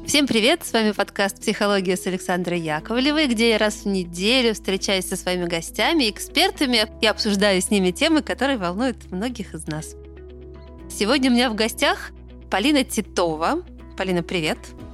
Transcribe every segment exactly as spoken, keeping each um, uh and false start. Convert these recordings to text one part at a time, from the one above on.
Всем привет! С вами подкаст «Психология» с Александрой Яковлевой, где я раз в неделю встречаюсь со своими гостями, экспертами и обсуждаю с ними темы, которые волнуют многих из нас. Сегодня у меня в гостях Полина Титова. Полина, привет!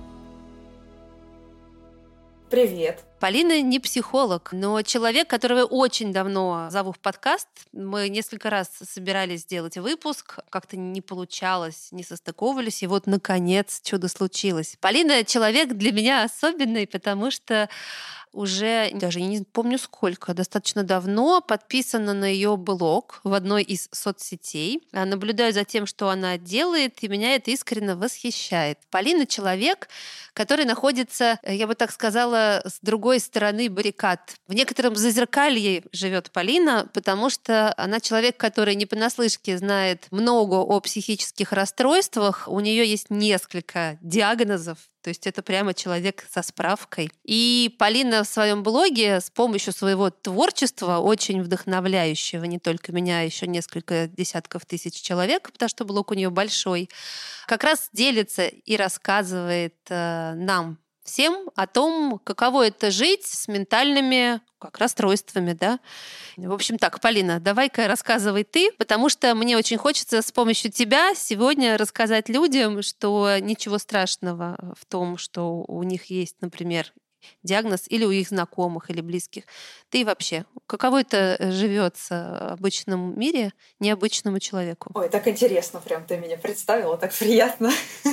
Привет! Полина не психолог, но человек, которого я очень давно зову в подкаст. Мы несколько раз собирались сделать выпуск, как-то не получалось, не состыковывались, и вот, наконец, чудо случилось. Полина — человек для меня особенный, потому что уже, даже я не помню сколько, достаточно давно подписана на ее блог в одной из соцсетей. Наблюдаю за тем, что она делает, и меня это искренне восхищает. Полина — человек, который находится, я бы так сказала, с другой стороны баррикад. В некотором зазеркалье живет Полина, потому что она человек, который не понаслышке знает много о психических расстройствах. У нее есть несколько диагнозов. То есть это прямо человек со справкой. И Полина в своем блоге с помощью своего творчества, очень вдохновляющего не только меня, а еще несколько десятков тысяч человек, потому что блог у нее большой, как раз делится и рассказывает э, нам всем о том, каково это жить с ментальными как расстройствами, да. В общем так, Полина, давай-ка рассказывай ты, потому что мне очень хочется с помощью тебя сегодня рассказать людям, что ничего страшного в том, что у них есть, например, диагноз или у их знакомых или близких. Ты вообще, каково это живется в обычном мире необычному человеку? Ой, так интересно, прям ты меня представила, так приятно.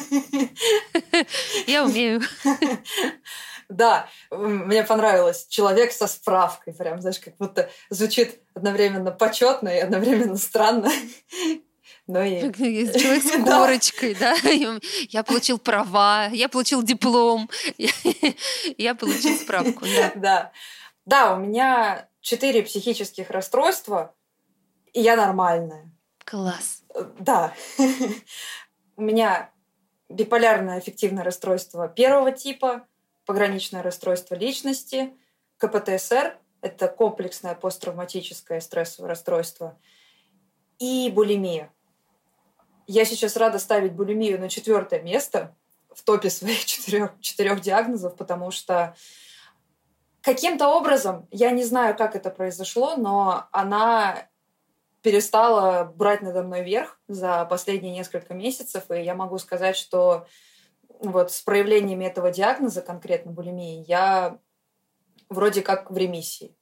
Я умею. Да, мне понравилось. Человек со справкой. Прям, знаешь, как будто звучит одновременно почетно и одновременно странно. Но и... Человек с корочкой, да. Я получил права, я получил диплом, я получил справку. Да. Да. Да, у меня четыре психических расстройства, и я нормальная. Класс. Да. У меня биполярное аффективное расстройство первого типа, пограничное расстройство личности, ка пэ тэ эс эр – это комплексное посттравматическое стрессовое расстройство, и булимия. Я сейчас рада ставить булимию на четвертое место в топе своих четырех, четырех диагнозов, потому что каким-то образом, я не знаю, как это произошло, но она перестала брать надо мной верх за последние несколько месяцев, и я могу сказать, что вот с проявлениями этого диагноза, конкретно булимии, я вроде как в ремиссии.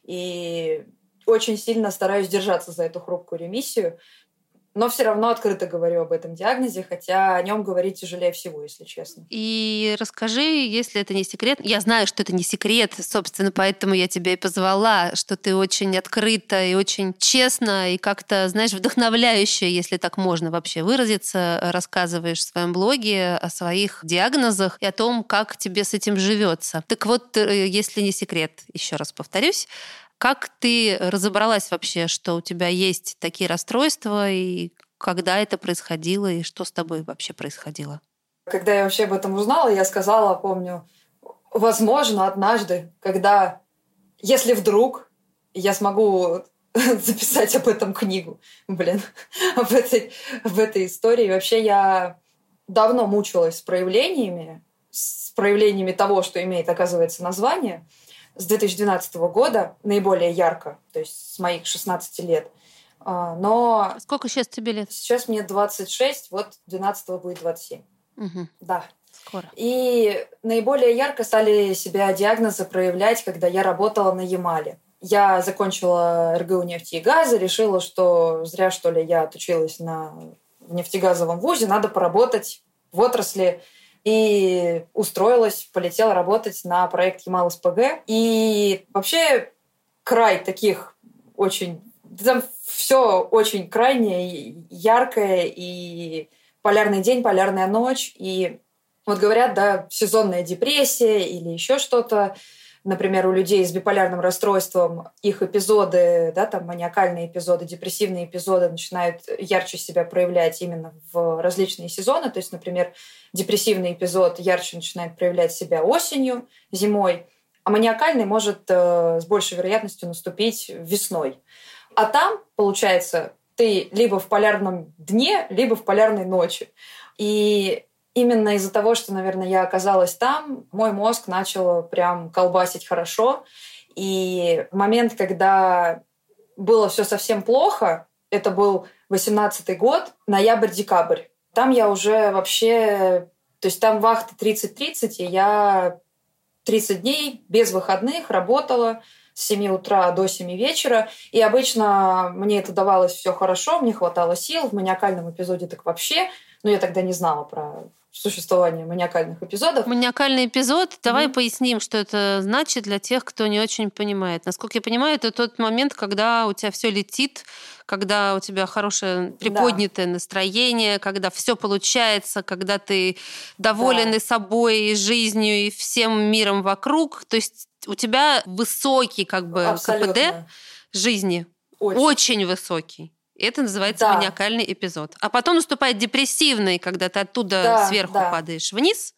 И очень сильно стараюсь держаться за эту хрупкую ремиссию, но все равно открыто говорю об этом диагнозе, хотя о нем говорить тяжелее всего, если честно. И расскажи, если это не секрет. Я знаю, что это не секрет, собственно, поэтому я тебя и позвала, что ты очень открыто и очень честно и как-то, знаешь, вдохновляюще, если так можно вообще выразиться, рассказываешь в своем блоге о своих диагнозах и о том, как тебе с этим живется. Так вот, если не секрет, еще раз повторюсь, как ты разобралась вообще, что у тебя есть такие расстройства, и когда это происходило, и что с тобой вообще происходило? Когда я вообще об этом узнала, я сказала, помню, возможно, однажды, когда, если вдруг я смогу записать об этом книгу, блин, об этой, об этой истории. Вообще я давно мучилась с проявлениями, с проявлениями того, что имеет, оказывается, название, с две тысячи двенадцатого года наиболее ярко, то есть с моих шестнадцати лет. Но... Сколько сейчас тебе лет? Сейчас мне двадцать шесть, вот двенадцатого будет двадцать семь. Угу. Да. Скоро. И наиболее ярко стали себя диагнозы проявлять, когда я работала на Ямале. Я закончила эр гэ у нефти и газа, решила, что зря, что ли, я отучилась на нефтегазовом вузе, надо поработать в отрасли. И устроилась, полетела работать на проект Ямал эс пэ гэ. И вообще край таких очень... Там все очень крайнее, яркое, и полярный день, полярная ночь. И вот говорят, да, сезонная депрессия или еще что-то. Например, у людей с биполярным расстройством их эпизоды, да, там маниакальные эпизоды, депрессивные эпизоды начинают ярче себя проявлять именно в различные сезоны. То есть, например, депрессивный эпизод ярче начинает проявлять себя осенью, зимой, а маниакальный может э, с большей вероятностью наступить весной. А там, получается, ты либо в полярном дне, либо в полярной ночи. И именно из-за того, что, наверное, я оказалась там, мой мозг начал прям колбасить хорошо. И момент, когда было все совсем плохо, это был восемнадцатый год, ноябрь-декабрь. Там я уже вообще... То есть там вахта тридцать-тридцать, и я тридцать дней без выходных работала с семи утра до семи вечера. И обычно мне это давалось все хорошо, мне хватало сил. В маниакальном эпизоде так вообще. Но я тогда не знала про существование маниакальных эпизодов. Маниакальный эпизод. Давай Mm-hmm. поясним, что это значит для тех, кто не очень понимает. Насколько я понимаю, это тот момент, когда у тебя все летит, когда у тебя хорошее приподнятое да. настроение, когда все получается, когда ты доволен да. и собой, и жизнью, и всем миром вокруг. То есть у тебя высокий как бы Абсолютно. КПД жизни. Очень, очень высокий. Это называется да. маниакальный эпизод. А потом наступает депрессивный, когда ты оттуда да, сверху да. падаешь вниз,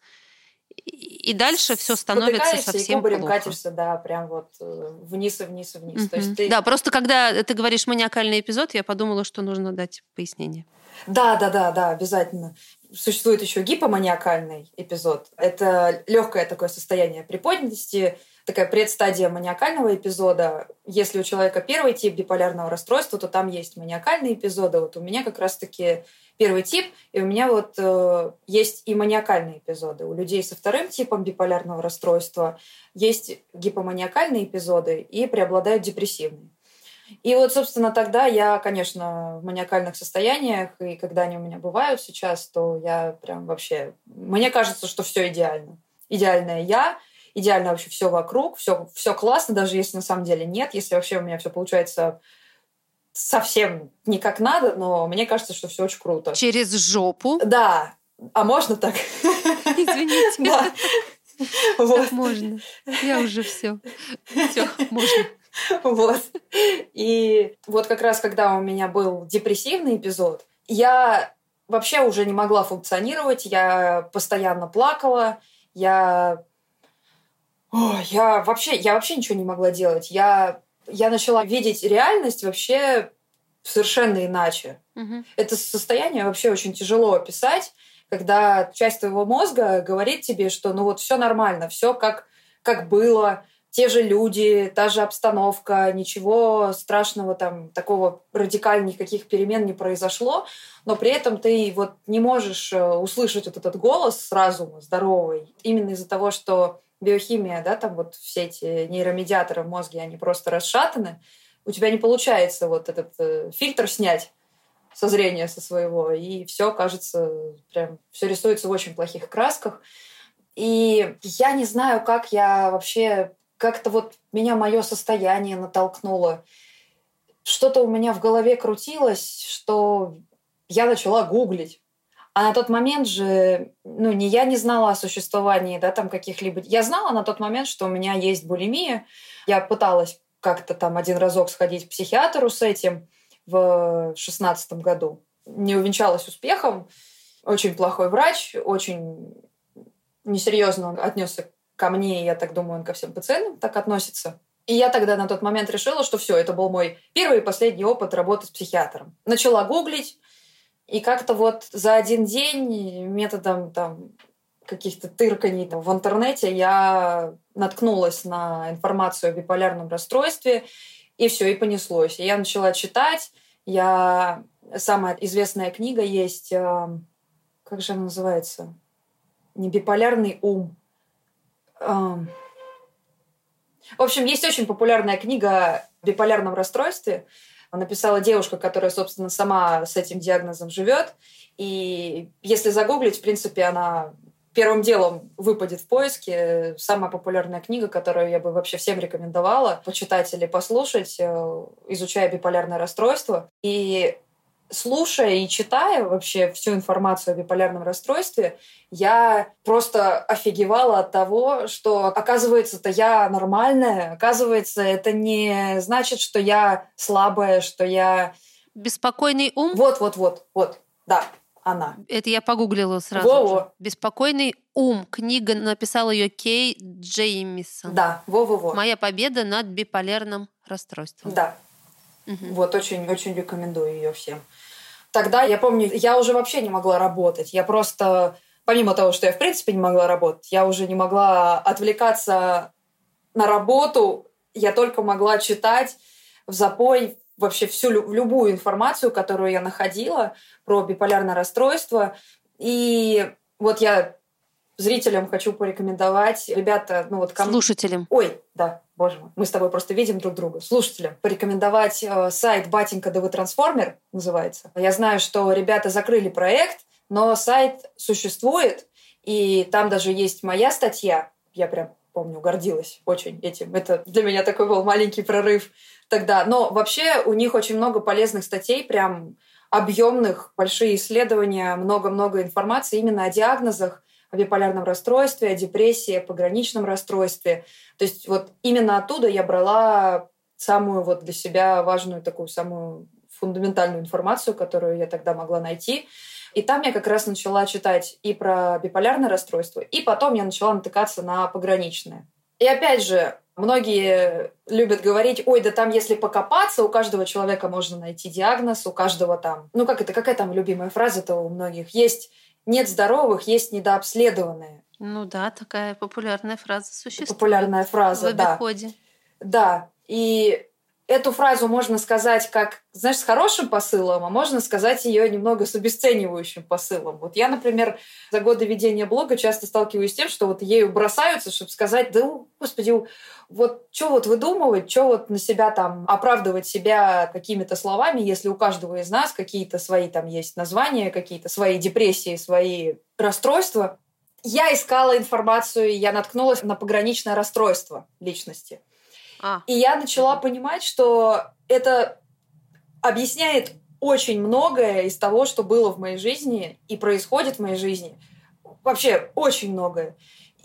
и дальше все становится совсем и кубарем плохо. Катишься, да, прям вот вниз и вниз и вниз. Uh-huh. То есть ты... Да, просто когда ты говоришь маниакальный эпизод, я подумала, что нужно дать пояснение. Да, да, да, да, обязательно. Существует еще гипоманиакальный эпизод. Это легкое такое состояние приподнятости, такая предстадия маниакального эпизода. Если у человека первый тип биполярного расстройства, то там есть маниакальные эпизоды. Вот у меня как раз-таки первый тип, и у меня вот э, есть и маниакальные эпизоды. У людей со вторым типом биполярного расстройства есть гипоманиакальные эпизоды и преобладают депрессивные. И вот, собственно, тогда я, конечно, в маниакальных состояниях, и когда они у меня бывают сейчас, то я прям вообще... Мне кажется, что все идеально. Идеальная я, идеально вообще все вокруг, все, все классно, даже если на самом деле нет, если вообще у меня все получается совсем не как надо, но мне кажется, что все очень круто. Через жопу? Да. А можно так? Извините. Да. Вот. Так можно. Я уже все. Все, можно. Вот. И вот как раз, когда у меня был депрессивный эпизод, я вообще уже не могла функционировать, я постоянно плакала, я... О, я вообще, я вообще ничего не могла делать. Я, я начала видеть реальность вообще совершенно иначе. Угу. Это состояние вообще очень тяжело описать, когда часть твоего мозга говорит тебе, что ну вот все нормально, все как, как было, те же люди, та же обстановка, ничего страшного там, такого радикальных никаких перемен не произошло, но при этом ты вот не можешь услышать вот этот голос разума здоровый именно из-за того, что биохимия, да, там вот все эти нейромедиаторы в мозге, они просто расшатаны, у тебя не получается вот этот э, фильтр снять со зрения со своего, и все кажется, прям все рисуется в очень плохих красках. И я не знаю, как я вообще, как-то вот меня мое состояние натолкнуло. Что-то у меня в голове крутилось, что я начала гуглить. А на тот момент же, ну, не я не знала о существовании, да, там каких-либо... Я знала на тот момент, что у меня есть булимия. Я пыталась как-то там один разок сходить к психиатру с этим в шестнадцатом году. Не увенчалась успехом. Очень плохой врач, очень несерьезно отнесся ко мне, и я так думаю, он ко всем пациентам так относится. И я тогда на тот момент решила, что все, это был мой первый и последний опыт работы с психиатром. Начала гуглить, и как-то вот за один день методом там, каких-то тырканий там, в интернете я наткнулась на информацию о биполярном расстройстве, и все, и понеслось. И я начала читать. Я... Самая известная книга есть... Как же она называется? Не биполярный ум. В общем, есть очень популярная книга о биполярном расстройстве. Написала девушка, которая, собственно, сама с этим диагнозом живет. И если загуглить, в принципе, она первым делом выпадет в поиске. Самая популярная книга, которую я бы вообще всем рекомендовала почитать или послушать, изучая биполярное расстройство. И слушая и читая вообще всю информацию о биполярном расстройстве, я просто офигевала от того, что, оказывается-то, я нормальная, оказывается, это не значит, что я слабая, что я... Беспокойный ум? Вот-вот-вот, вот, да, она. Это я погуглила сразу Во-во. же. «Беспокойный ум». Книга, написал ее Кей Джеймисон. Да, во-во-во. «Моя победа над биполярным расстройством». Да. Угу. Вот, очень-очень рекомендую ее всем. Тогда, я помню, я уже вообще не могла работать. Я просто помимо того, что я в принципе не могла работать, я уже не могла отвлекаться на работу, я только могла читать в запой вообще всю любую информацию, которую я находила про биполярное расстройство. И вот я зрителям хочу порекомендовать, ребята, ну вот... Ком... Слушателям. Ой, да, боже мой, мы с тобой просто видим друг друга. Слушателям порекомендовать э, сайт «Батенька ДВ Трансформер» называется. Я знаю, что ребята закрыли проект, но сайт существует, и там даже есть моя статья. Я прям помню, гордилась очень этим. Это для меня такой был маленький прорыв тогда. Но вообще у них очень много полезных статей, прям объемных, большие исследования, много-много информации именно о диагнозах, о биполярном расстройстве, о депрессии, о пограничном расстройстве. То есть вот именно оттуда я брала самую вот для себя важную такую, самую фундаментальную информацию, которую я тогда могла найти. И там я как раз начала читать и про биполярное расстройство, и потом я начала натыкаться на пограничное. И опять же, многие любят говорить, ой, да там если покопаться, у каждого человека можно найти диагноз, у каждого там... Ну как это, какая там любимая фраза-то у многих? Есть нет здоровых, есть недообследованные. Ну да, такая популярная фраза существует. Популярная фраза, в обиходе. Да. Да, и... Эту фразу можно сказать как, знаешь, с хорошим посылом, а можно сказать ее немного с обесценивающим посылом. Вот я, например, за годы ведения блога часто сталкиваюсь с тем, что вот ею бросаются, чтобы сказать, да, господи, вот что вот выдумывать, что вот на себя там оправдывать себя какими-то словами, если у каждого из нас какие-то свои там есть названия, какие-то свои депрессии, свои расстройства. Я искала информацию, и я наткнулась на пограничное расстройство личности. А. И я начала понимать, что это объясняет очень многое из того, что было в моей жизни и происходит в моей жизни. Вообще очень многое.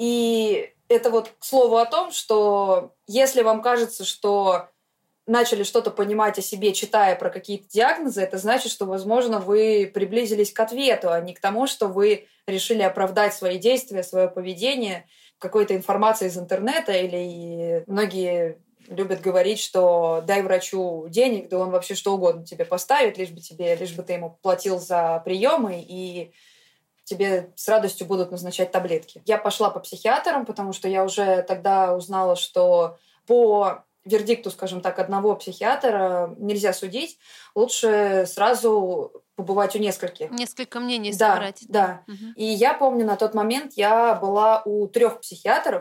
И это вот к слову о том, что если вам кажется, что начали что-то понимать о себе, читая про какие-то диагнозы, это значит, что, возможно, вы приблизились к ответу, а не к тому, что вы решили оправдать свои действия, свое поведение какой-то информацией из интернета, или многие любят говорить, что дай врачу денег, да он вообще что угодно тебе поставит, лишь бы, тебе, лишь бы ты ему платил за приемы, и тебе с радостью будут назначать таблетки. Я пошла по психиатрам, потому что я уже тогда узнала, что по вердикту, скажем так, одного психиатра нельзя судить, лучше сразу побывать у нескольких. Несколько мнений да, собрать. Да, да. Угу. И я помню, на тот момент я была у трех психиатров,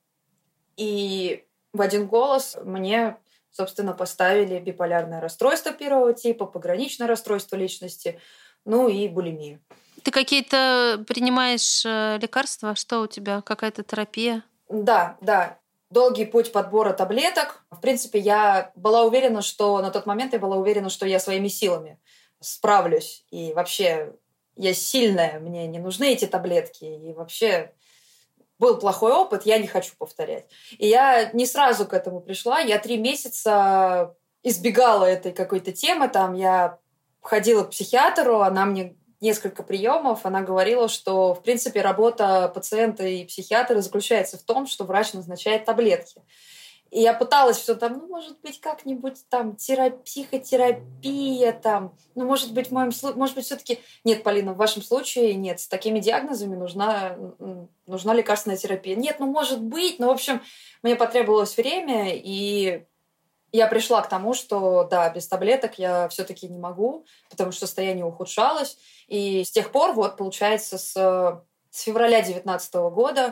и в один голос мне, собственно, поставили биполярное расстройство первого типа, пограничное расстройство личности, ну и булимию. Ты какие-то принимаешь лекарства? Что у тебя? Какая-то терапия? Да, да. Долгий путь подбора таблеток. В принципе, я была уверена, что на тот момент я была уверена, что я своими силами справлюсь. И вообще я сильная, мне не нужны эти таблетки. И вообще... Был плохой опыт, я не хочу повторять. И я не сразу к этому пришла. Я три месяца избегала этой какой-то темы. Там я ходила к психиатру, она мне несколько приемов, она говорила, что, в принципе, работа пациента и психиатра заключается в том, что врач назначает таблетки. И я пыталась все там, ну, может быть, как-нибудь там терапия, психотерапия, там, ну, может быть, в моем случае, может быть, все-таки нет, Полина, в вашем случае нет, с такими диагнозами нужна, нужна лекарственная терапия. Нет, ну, может быть, но, в общем, мне потребовалось время, и я пришла к тому, что, да, без таблеток я все-таки не могу, потому что состояние ухудшалось. И с тех пор, вот, получается, с, с февраля девятнадцатого года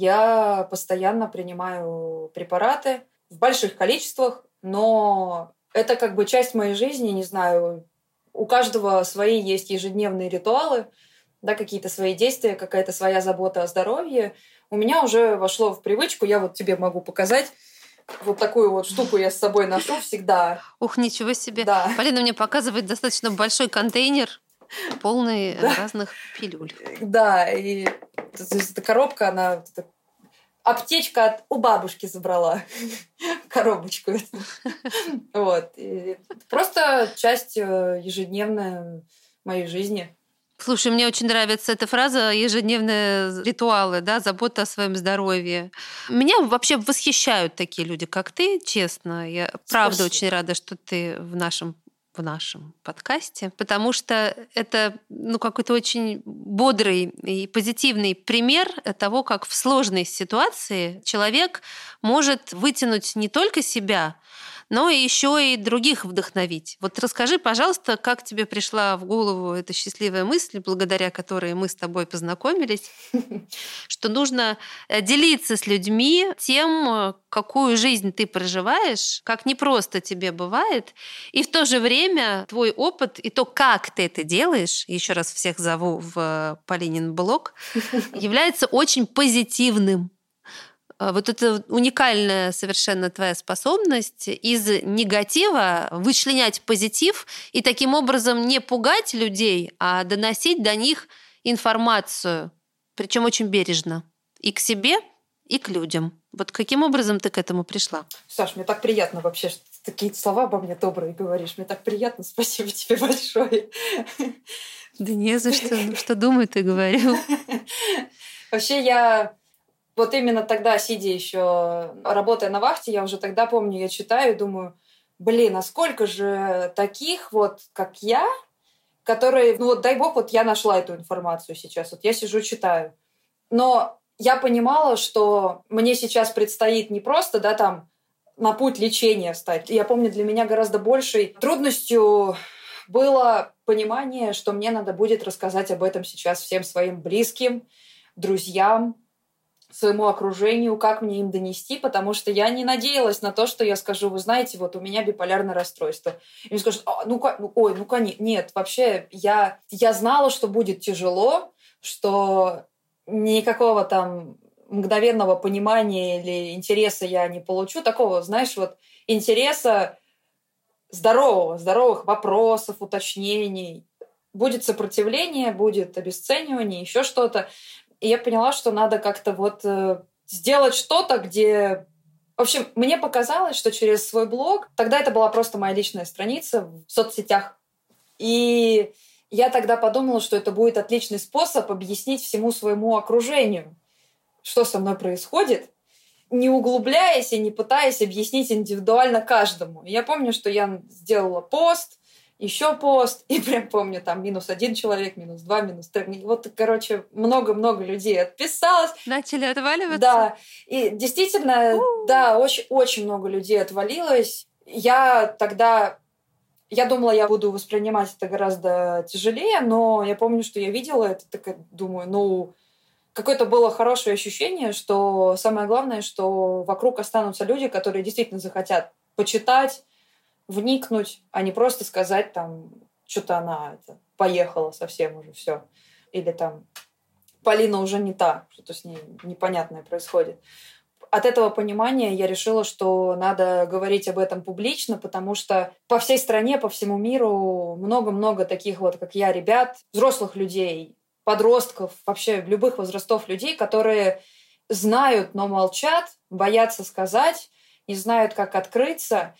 я постоянно принимаю препараты в больших количествах, но это как бы часть моей жизни, не знаю, у каждого свои есть ежедневные ритуалы, да, какие-то свои действия, какая-то своя забота о здоровье. У меня уже вошло в привычку, я вот тебе могу показать, вот такую вот штуку я с собой ношу всегда. Ух, ничего себе. Да. Полина мне показывает достаточно большой контейнер, полный да. разных пилюль. Да, и эта коробка, она... Аптечка от, у бабушки забрала. Коробочку. Вот. И просто часть ежедневная моей жизни. Слушай, мне очень нравится эта фраза «ежедневные ритуалы», да, забота о своем здоровье. Меня вообще восхищают такие люди, как ты, честно. Я правда Спасибо. Очень рада, что ты в нашем в нашем подкасте, потому что это ну, какой-то очень бодрый и позитивный пример того, как в сложной ситуации человек может вытянуть не только себя, но и еще и других вдохновить. Вот расскажи, пожалуйста, как тебе пришла в голову эта счастливая мысль, благодаря которой мы с тобой познакомились, что нужно делиться с людьми тем, какую жизнь ты проживаешь, как непросто тебе бывает, и в то же время твой опыт и то, как ты это делаешь, еще раз всех зову в Полинин блог, является очень позитивным. Вот это уникальная совершенно твоя способность из негатива вычленять позитив и таким образом не пугать людей, а доносить до них информацию, причем очень бережно и к себе, и к людям. Вот каким образом ты к этому пришла? Саш, мне так приятно вообще, что ты такие слова обо мне добрые говоришь. Мне так приятно, спасибо тебе большое. Да не за что, ну что думаю, ты говорю. Вообще я... Вот именно тогда, сидя еще, работая на вахте, я уже тогда помню, я читаю и думаю, блин, а сколько же таких вот, как я, которые, ну вот дай бог, вот я нашла эту информацию сейчас, вот я сижу, читаю. Но я понимала, что мне сейчас предстоит не просто, да, там, на путь лечения стать. Я помню, для меня гораздо большей трудностью было понимание, что мне надо будет рассказать об этом сейчас всем своим близким, друзьям, своему окружению, как мне им донести, потому что я не надеялась на то, что я скажу, вы знаете, вот у меня биполярное расстройство. И мне скажут, а, ну, ну, ой, ну, конечно, нет, вообще я, я знала, что будет тяжело, что никакого там мгновенного понимания или интереса я не получу, такого, знаешь, вот интереса здорового, здоровых вопросов, уточнений. Будет сопротивление, будет обесценивание, еще что-то. И я поняла, что надо как-то вот э, сделать что-то, где... В общем, мне показалось, что через свой блог... Тогда это была просто моя личная страница в соцсетях. И я тогда подумала, что это будет отличный способ объяснить всему своему окружению, что со мной происходит, не углубляясь и не пытаясь объяснить индивидуально каждому. И я помню, что я сделала пост, еще пост, и прям помню, там минус один человек, минус два, минус три. Вот, короче, много-много людей отписалось. Начали отваливаться? Да. И действительно, У-у-у. да, очень-очень много людей отвалилось. Я тогда... Я думала, я буду воспринимать это гораздо тяжелее, но я помню, что я видела это, так думаю, ну... Какое-то было хорошее ощущение, что самое главное, что вокруг останутся люди, которые действительно захотят почитать, вникнуть, а не просто сказать там, что-то она это, поехала совсем уже все. Или там Полина уже не та, что-то с ней непонятное происходит. От этого понимания я решила, что надо говорить об этом публично, потому что по всей стране, по всему миру много-много таких вот, как я, ребят, взрослых людей, подростков, вообще любых возрастов людей, которые знают, но молчат, боятся сказать, не знают, как открыться.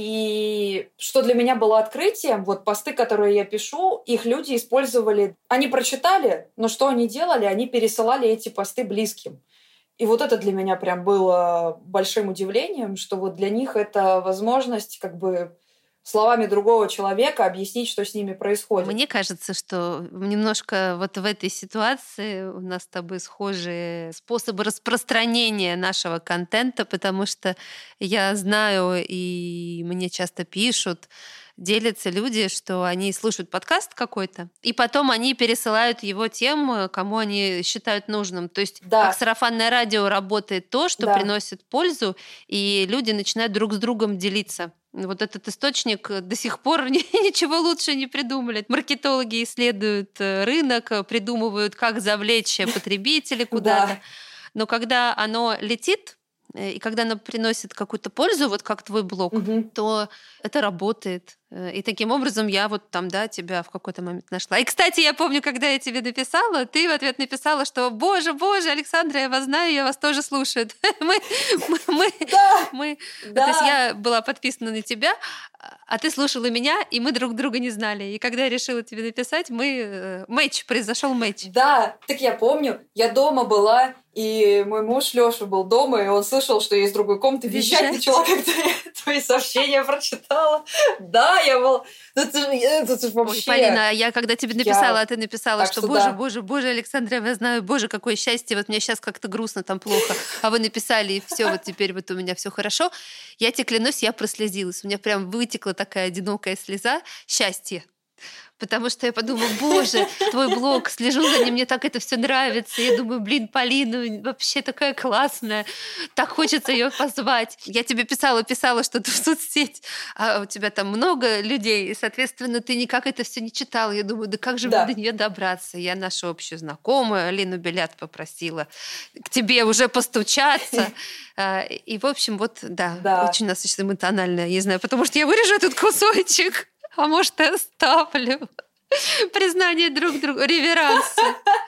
И что для меня было открытием, вот посты, которые я пишу, их люди использовали, они прочитали, но что они делали? Они пересылали эти посты близким. И вот это для меня прям было большим удивлением, что вот для них это возможность как бы словами другого человека объяснить, что с ними происходит. Мне кажется, что немножко вот в этой ситуации у нас с тобой схожие способы распространения нашего контента, потому что я знаю, и мне часто пишут, делятся люди, что они слушают подкаст какой-то, и потом они пересылают его тем, кому они считают нужным. То есть да. как сарафанное радио работает то, что да. приносит пользу, и люди начинают друг с другом делиться. Вот этот источник до сих пор ничего лучше не придумали. Маркетологи исследуют рынок, придумывают, как завлечь потребителей куда-то. Но когда оно летит, и когда оно приносит какую-то пользу, вот как твой блог, угу. то это работает. И таким образом я вот там, да, тебя в какой-то момент нашла. И, кстати, я помню, когда я тебе написала, ты в ответ написала, что «Боже, боже, Александра, я вас знаю, я вас тоже слушаю». Мы, мы, да, мы, да. То есть я была подписана на тебя, а ты слушала меня, и мы друг друга не знали. И когда я решила тебе написать, мы... Мэтч, произошел мэтч. Да, так я помню, я дома была, и мой муж Лёша был дома, и он слышал, что я из другой комнаты визжать начала, когда я твои сообщения прочитала. Да, Да, я был... Это, это, это вообще... Ой, Полина, я когда тебе написала, Я... а ты написала, Так что, что боже, да. боже, боже, Александра, я знаю, боже, какое счастье, вот мне сейчас как-то грустно, там плохо, а вы написали, и все, вот теперь вот у меня все хорошо. Я тебе клянусь, я прослезилась. У меня прям вытекла такая одинокая слеза счастья. Потому что я подумала, боже, твой блог, слежу за ним, мне так это все нравится. Я думаю, блин, Полина вообще такая классная, так хочется ее позвать. Я тебе писала, писала что-то в соцсеть, а у тебя там много людей, и, соответственно, ты никак это все не читала. Я думаю, да как же Да. мне до нее добраться? Я нашу общую знакомую Алину Белят попросила к тебе уже постучаться. И, в общем, вот, да, Да. очень насыщенно эмоционально, я не знаю, потому что я вырежу этот кусочек. А может, и оставлю. Признание друг другу, реверансы.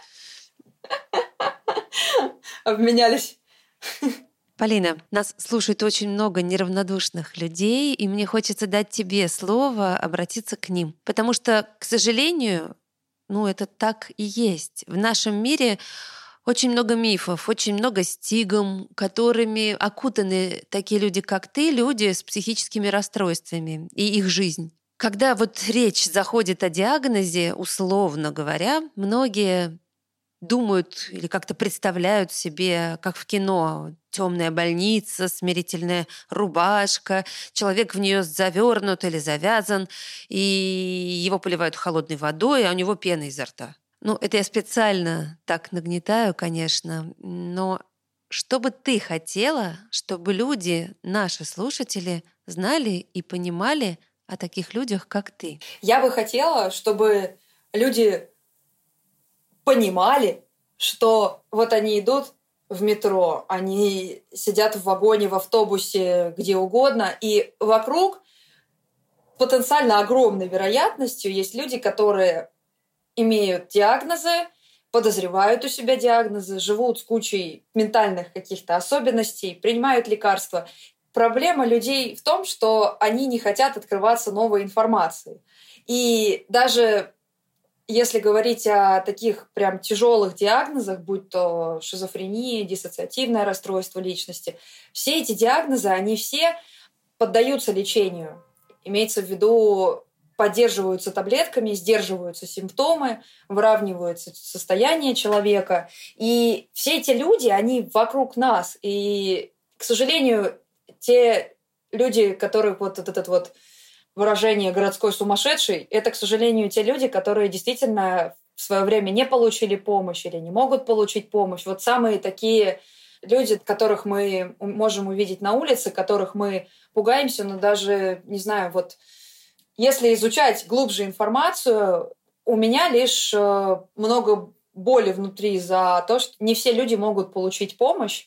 Обменялись. Полина, нас слушает очень много неравнодушных людей, и мне хочется дать тебе слово, обратиться к ним. Потому что, к сожалению, ну это так и есть. В нашем мире очень много мифов, очень много стигм, которыми окутаны такие люди, как ты, люди с психическими расстройствами и их жизнь. Когда вот речь заходит о диагнозе, условно говоря, многие думают или как-то представляют себе, как в кино, темная больница, смирительная рубашка, человек в нее завернут или завязан, и его поливают холодной водой, а у него пена изо рта. Ну, это я специально так нагнетаю, конечно, но что бы ты хотела, чтобы люди, наши слушатели, знали и понимали о таких людях, как ты? Я бы хотела, чтобы люди понимали, что вот они идут в метро, они сидят в вагоне, в автобусе, где угодно, и вокруг потенциально огромной вероятностью есть люди, которые имеют диагнозы, подозревают у себя диагнозы, живут с кучей ментальных каких-то особенностей, принимают лекарства. Проблема людей в том, что они не хотят открываться новой информацией. И даже если говорить о таких прям тяжелых диагнозах, будь то шизофрения, диссоциативное расстройство личности, все эти диагнозы, они все поддаются лечению. Имеется в виду, поддерживаются таблетками, сдерживаются симптомы, выравниваются состояние человека. И все эти люди, они вокруг нас. И, к сожалению, те люди, которых вот этот вот выражение «городской сумасшедший», это, к сожалению, те люди, которые действительно в свое время не получили помощь или не могут получить помощь. Вот самые такие люди, которых мы можем увидеть на улице, которых мы пугаемся, но даже, не знаю, вот если изучать глубже информацию, у меня лишь много боли внутри за то, что не все люди могут получить помощь.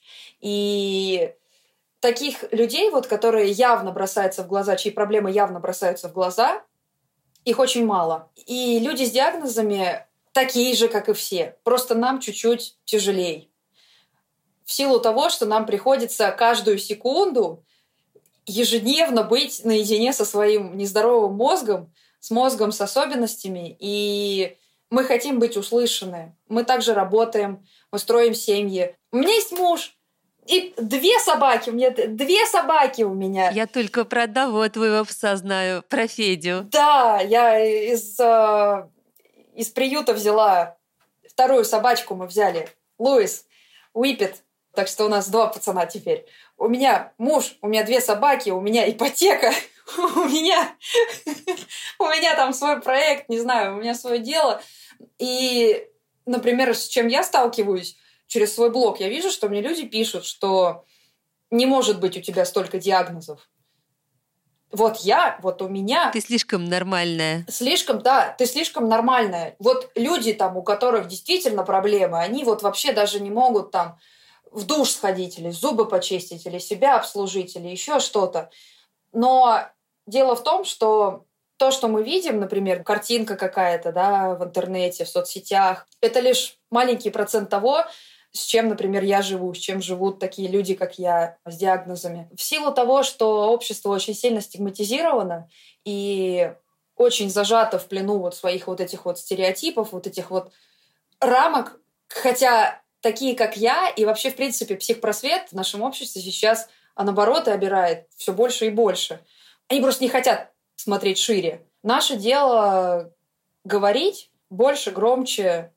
И таких людей, вот, которые явно бросаются в глаза, чьи проблемы явно бросаются в глаза, их очень мало. И люди с диагнозами такие же, как и все. Просто нам чуть-чуть тяжелее. В силу того, что нам приходится каждую секунду ежедневно быть наедине со своим нездоровым мозгом, с мозгом с особенностями, и мы хотим быть услышаны. Мы также работаем, мы строим семьи. У меня есть муж, и две собаки, у меня две собаки у меня. Я только про одного твоего пса знаю, про Федю. Да, я из, э, из приюта взяла вторую собачку, мы взяли, Луис, Уипет. Так что у нас два пацана теперь. У меня муж, у меня две собаки, у меня ипотека, у меня, у меня там свой проект, не знаю, у меня свое дело. И, например, с чем я сталкиваюсь через свой блог, я вижу, что мне люди пишут, что не может быть у тебя столько диагнозов. Вот я, вот у меня... Ты слишком нормальная. Слишком, да, ты слишком нормальная. Вот люди там, у которых действительно проблемы, они вот вообще даже не могут там в душ сходить, или зубы почистить, или себя обслужить, или еще что-то. Но дело в том, что то, что мы видим, например, картинка какая-то, да, в интернете, в соцсетях, это лишь маленький процент того, с чем, например, я живу, с чем живут такие люди, как я, с диагнозами. В силу того, что общество очень сильно стигматизировано и очень зажато в плену вот своих вот этих вот стереотипов, вот этих вот рамок, хотя такие, как я, и вообще, в принципе, психпросвет в нашем обществе сейчас, а наоборот, и обирает все больше и больше. Они просто не хотят смотреть шире. Наше дело говорить больше, громче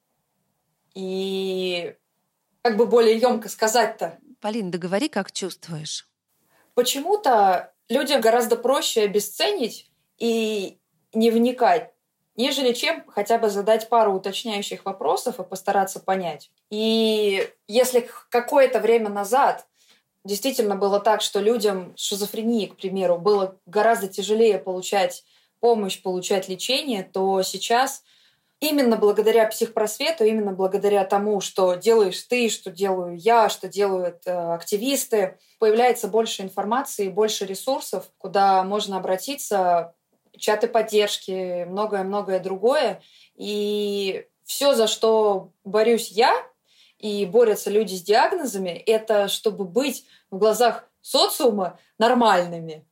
и как бы более емко сказать-то. Полин, да говори, как чувствуешь. Почему-то людям гораздо проще обесценить и не вникать, нежели чем хотя бы задать пару уточняющих вопросов и постараться понять. И если какое-то время назад действительно было так, что людям с шизофренией, к примеру, было гораздо тяжелее получать помощь, получать лечение, то сейчас именно благодаря психпросвету, именно благодаря тому, что делаешь ты, что делаю я, что делают э, активисты, появляется больше информации, больше ресурсов, куда можно обратиться, чаты поддержки, многое-многое другое. И все, за что борюсь я, и борются люди с диагнозами, это чтобы быть в глазах социума нормальными.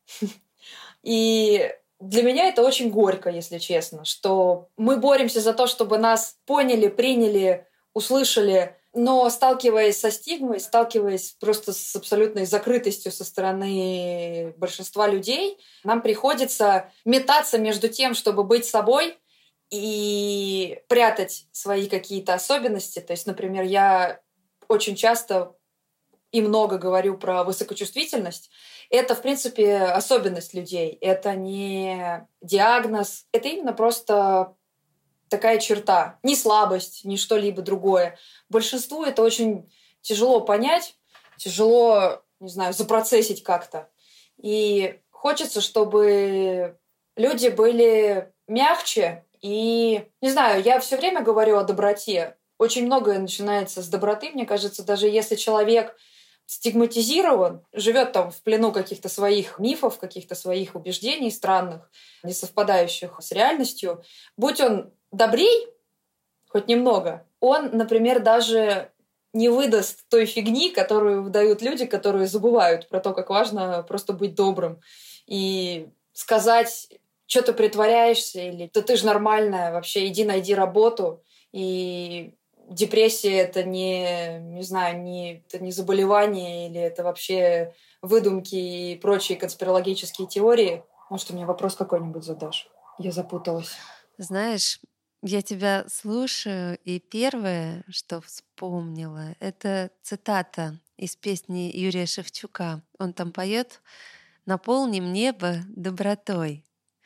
И для меня это очень горько, если честно, что мы боремся за то, чтобы нас поняли, приняли, услышали, но сталкиваясь со стигмой, сталкиваясь просто с абсолютной закрытостью со стороны большинства людей, нам приходится метаться между тем, чтобы быть собой и прятать свои какие-то особенности. То есть, например, я очень часто и много говорю про высокочувствительность. Это, в принципе, особенность людей. Это не диагноз. Это именно просто такая черта. Не слабость, не что-либо другое. Большинству это очень тяжело понять, тяжело, не знаю, запроцессить как-то. И хочется, чтобы люди были мягче. И, не знаю, я все время говорю о доброте. Очень многое начинается с доброты. Мне кажется, даже если человек стигматизирован, живет там в плену каких-то своих мифов, каких-то своих убеждений странных, не совпадающих с реальностью, будь он добрей, хоть немного, он, например, даже не выдаст той фигни, которую выдают люди, которые забывают про то, как важно просто быть добрым. И сказать, что ты притворяешься, или да ты же нормальная, вообще иди найди работу. И депрессия — это не, не знаю, не, это не заболевание, или это вообще выдумки и прочие конспирологические теории. Может, ты мне вопрос какой-нибудь задашь? Я запуталась. Знаешь, я тебя слушаю, и первое, что вспомнила, это цитата из песни Юрия Шевчука. Он там поет: «Наполним небо добротой».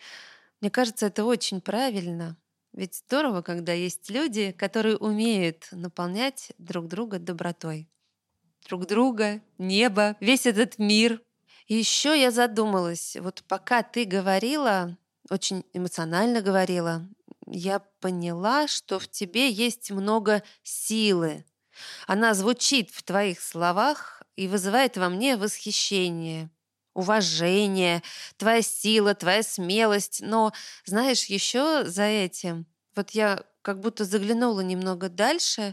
Мне кажется, это очень правильно. Ведь здорово, когда есть люди, которые умеют наполнять друг друга добротой. Друг друга, небо, весь этот мир. И еще я задумалась, вот пока ты говорила, очень эмоционально говорила, я поняла, что в тебе есть много силы. Она звучит в твоих словах и вызывает во мне восхищение, уважение, твоя сила, твоя смелость. Но, знаешь, еще за этим, вот я как будто заглянула немного дальше,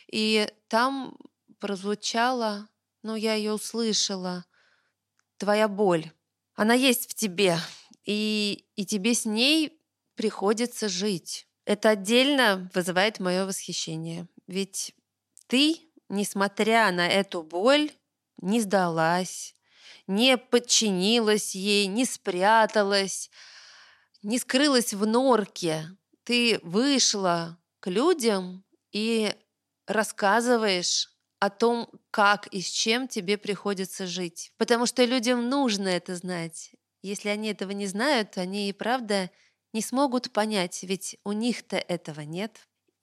и там прозвучало, ну, я ее услышала, твоя боль. Она есть в тебе, и, и тебе с ней приходится жить. Это отдельно вызывает мое восхищение. Ведь ты, несмотря на эту боль, не сдалась, не подчинилась ей, не спряталась, не скрылась в норке. Ты вышла к людям и рассказываешь о том, как и с чем тебе приходится жить. Потому что людям нужно это знать. Если они этого не знают, они и правда не смогут понять, ведь у них-то этого нет.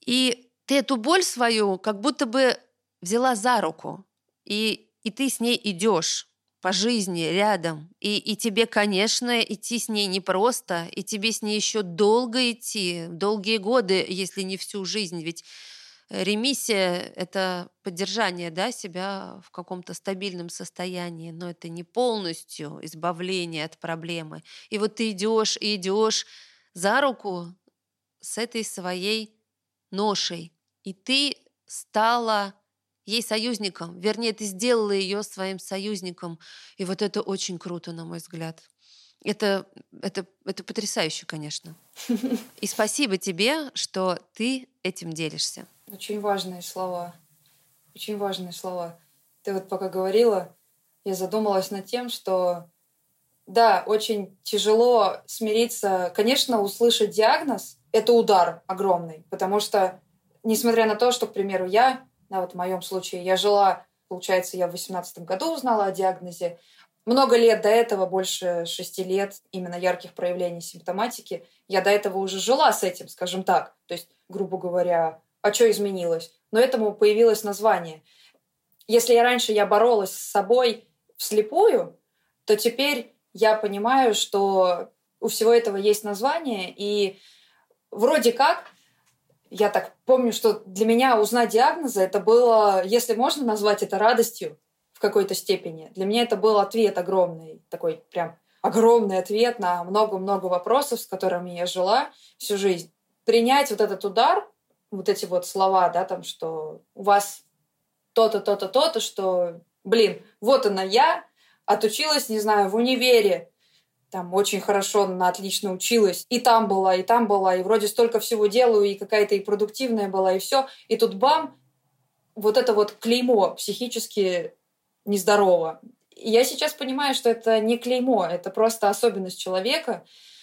И ты эту боль свою как будто бы взяла за руку, и, и ты с ней идешь по жизни рядом. И, и тебе, конечно, идти с ней непросто, и тебе с ней еще долго идти, долгие годы, если не всю жизнь. Ведь ремиссия — это поддержание, да, себя в каком-то стабильном состоянии, но это не полностью избавление от проблемы. И вот ты идешь и идешь за руку с этой своей ношей, и ты стала ей союзником, вернее, ты сделала ее своим союзником. И вот это очень круто, на мой взгляд. Это, это, это потрясающе, конечно. И спасибо тебе, что ты этим делишься. Очень важные слова. Очень важные слова. Ты вот пока говорила, я задумалась над тем, что Да, очень тяжело смириться. Конечно, услышать диагноз — это удар огромный, потому что, несмотря на то, что, к примеру, я, да, вот в моем случае, я жила, получается, я в восемнадцатом году узнала о диагнозе, много лет до этого, больше шести лет именно ярких проявлений симптоматики, я до этого уже жила с этим, скажем так. То есть, грубо говоря, а что изменилось? Но этому появилось название. Если я раньше я боролась с собой вслепую, то теперь я понимаю, что у всего этого есть название, и вроде как, я так помню, что для меня узнать диагнозы, это было, если можно назвать это радостью в какой-то степени, для меня это был ответ огромный, такой прям огромный ответ на много-много вопросов, с которыми я жила всю жизнь. Принять вот этот удар, вот эти вот слова, да, там, что у вас то-то, то-то, то-то, что, блин, вот она я, отучилась, не знаю, в универе, там очень хорошо, на отлично училась, и там была, и там была, и вроде столько всего делаю, и какая-то и продуктивная была, и все. И тут бам, вот это вот клеймо психически нездорово. И я сейчас понимаю, что это не клеймо, это просто особенность человека.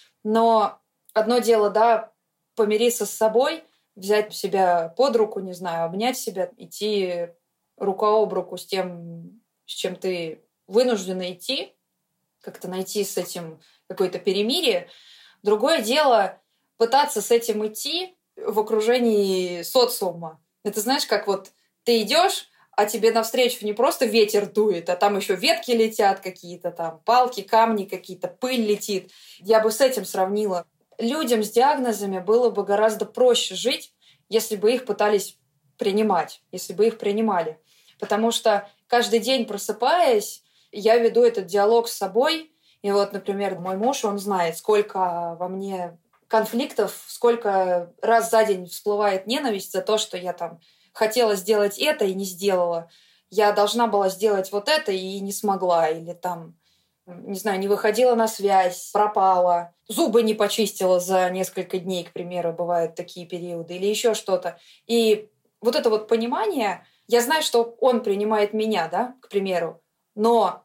Но одно дело, да, помириться с собой, взять себя под руку, не знаю, обнять себя, идти рука об руку с тем, с чем ты вынуждена идти, как-то найти с этим какое-то перемирие. Другое дело пытаться с этим идти в окружении социума. Это знаешь, как вот ты идешь, а тебе навстречу не просто ветер дует, а там еще ветки летят какие-то, там палки, камни какие-то, пыль летит. Я бы с этим сравнила. Людям с диагнозами было бы гораздо проще жить, если бы их пытались принимать, если бы их принимали. Потому что каждый день, просыпаясь, я веду этот диалог с собой. И вот, например, мой муж, он знает, сколько во мне конфликтов, сколько раз за день всплывает ненависть за то, что я там хотела сделать это и не сделала. Я должна была сделать вот это и не смогла. Или там, не знаю, не выходила на связь, пропала. Зубы не почистила за несколько дней, к примеру, бывают такие периоды. Или еще что-то. И вот это вот понимание, я знаю, что он принимает меня, да, к примеру, но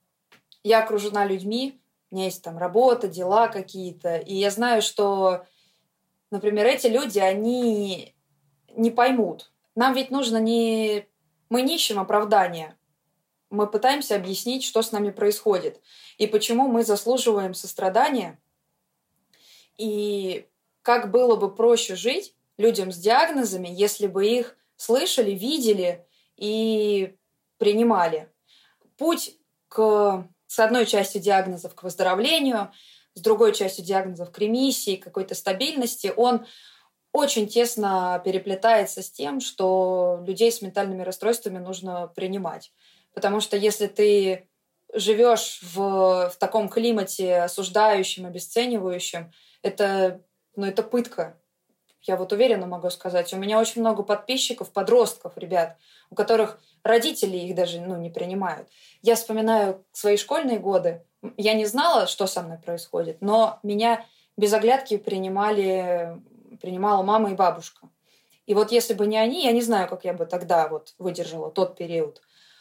я окружена людьми, у меня есть там работа, дела какие-то, и я знаю, что, например, эти люди, они не поймут. Нам ведь нужно не... Мы не ищем оправдания. Мы пытаемся объяснить, что с нами происходит, и почему мы заслуживаем сострадания, и как было бы проще жить людям с диагнозами, если бы их слышали, видели и принимали. Путь к, с одной частью диагнозов к выздоровлению, с другой частью диагнозов к ремиссии, к какой-то стабильности, он очень тесно переплетается с тем, что людей с ментальными расстройствами нужно принимать. Потому что если ты живешь в, в таком климате осуждающем, обесценивающем, это, ну, это пытка. Я вот уверенно могу сказать. У меня очень много подписчиков, подростков, ребят, у которых родители их даже, ну, не принимают. Я вспоминаю свои школьные годы. Я не знала, что со мной происходит, но меня без оглядки принимали, принимала мама и бабушка. И вот если бы не они, я не знаю, как я бы тогда вот выдержала тот период.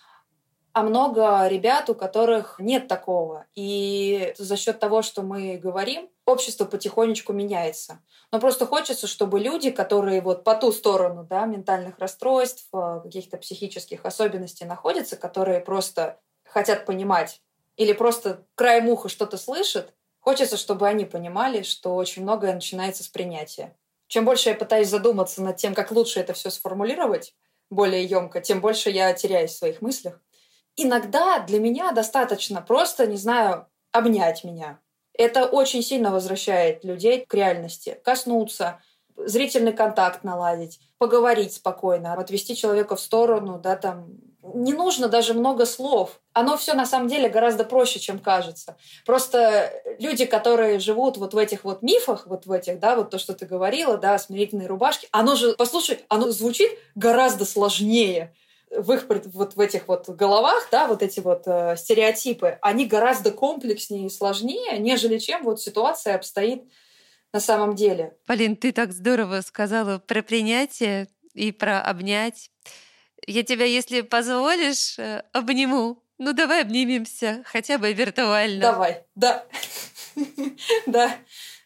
А много ребят, у которых нет такого. И за счет того, что мы говорим, общество потихонечку меняется. Но просто хочется, чтобы люди, которые вот по ту сторону, да, ментальных расстройств, каких-то психических особенностей находятся, которые просто хотят понимать или просто краем уха что-то слышат, хочется, чтобы они понимали, что очень многое начинается с принятия. Чем больше я пытаюсь задуматься над тем, как лучше это все сформулировать более емко, тем больше я теряюсь в своих мыслях. Иногда для меня достаточно просто, не знаю, обнять меня. Это очень сильно возвращает людей к реальности. Коснуться, зрительный контакт наладить, поговорить спокойно, отвести человека в сторону, да, там. Не нужно даже много слов. Оно все на самом деле гораздо проще, чем кажется. Просто люди, которые живут вот в этих вот мифах, вот в этих, да, вот то, что ты говорила, да, смирительные рубашки, оно же, послушай, оно звучит гораздо сложнее. В их вот в этих вот головах, да, вот эти вот э, стереотипы, они гораздо комплекснее и сложнее, нежели чем вот ситуация обстоит на самом деле. Полин, ты так здорово сказала про принятие и про обнять. Я тебя, если позволишь, обниму. Ну, давай обнимемся, хотя бы виртуально. Давай, да. Да.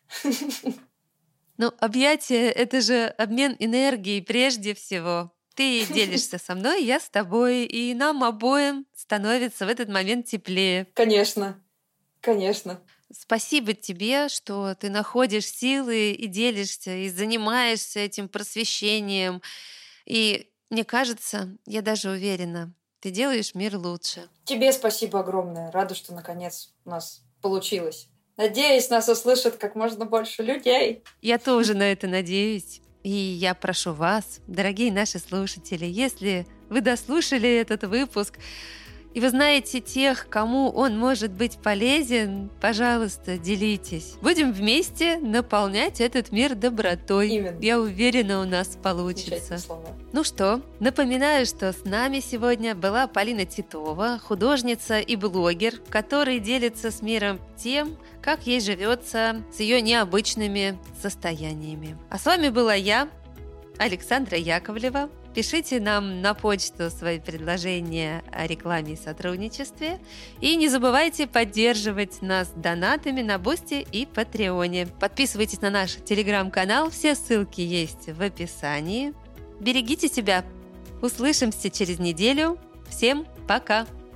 Ну, объятие — это же обмен энергией прежде всего. Ты делишься со мной, я с тобой, и нам обоим становится в этот момент теплее. Конечно, конечно. Спасибо тебе, что ты находишь силы и делишься, и занимаешься этим просвещением. И мне кажется, я даже уверена, ты делаешь мир лучше. Тебе спасибо огромное. Рада, что наконец у нас получилось. Надеюсь, нас услышат как можно больше людей. Я тоже на это надеюсь. И я прошу вас, дорогие наши слушатели, если вы дослушали этот выпуск, и вы знаете тех, кому он может быть полезен, пожалуйста, делитесь. Будем вместе наполнять этот мир добротой. Именно. Я уверена, у нас получится. Ну что, напоминаю, что с нами сегодня была Полина Титова, художница и блогер, который делится с миром тем, как ей живется с ее необычными состояниями. А с вами была я, Александра Яковлева. Пишите нам на почту свои предложения о рекламе и сотрудничестве. И не забывайте поддерживать нас донатами на Бусти и Патреоне. Подписывайтесь на наш телеграм-канал, все ссылки есть в описании. Берегите себя. Услышимся через неделю. Всем пока!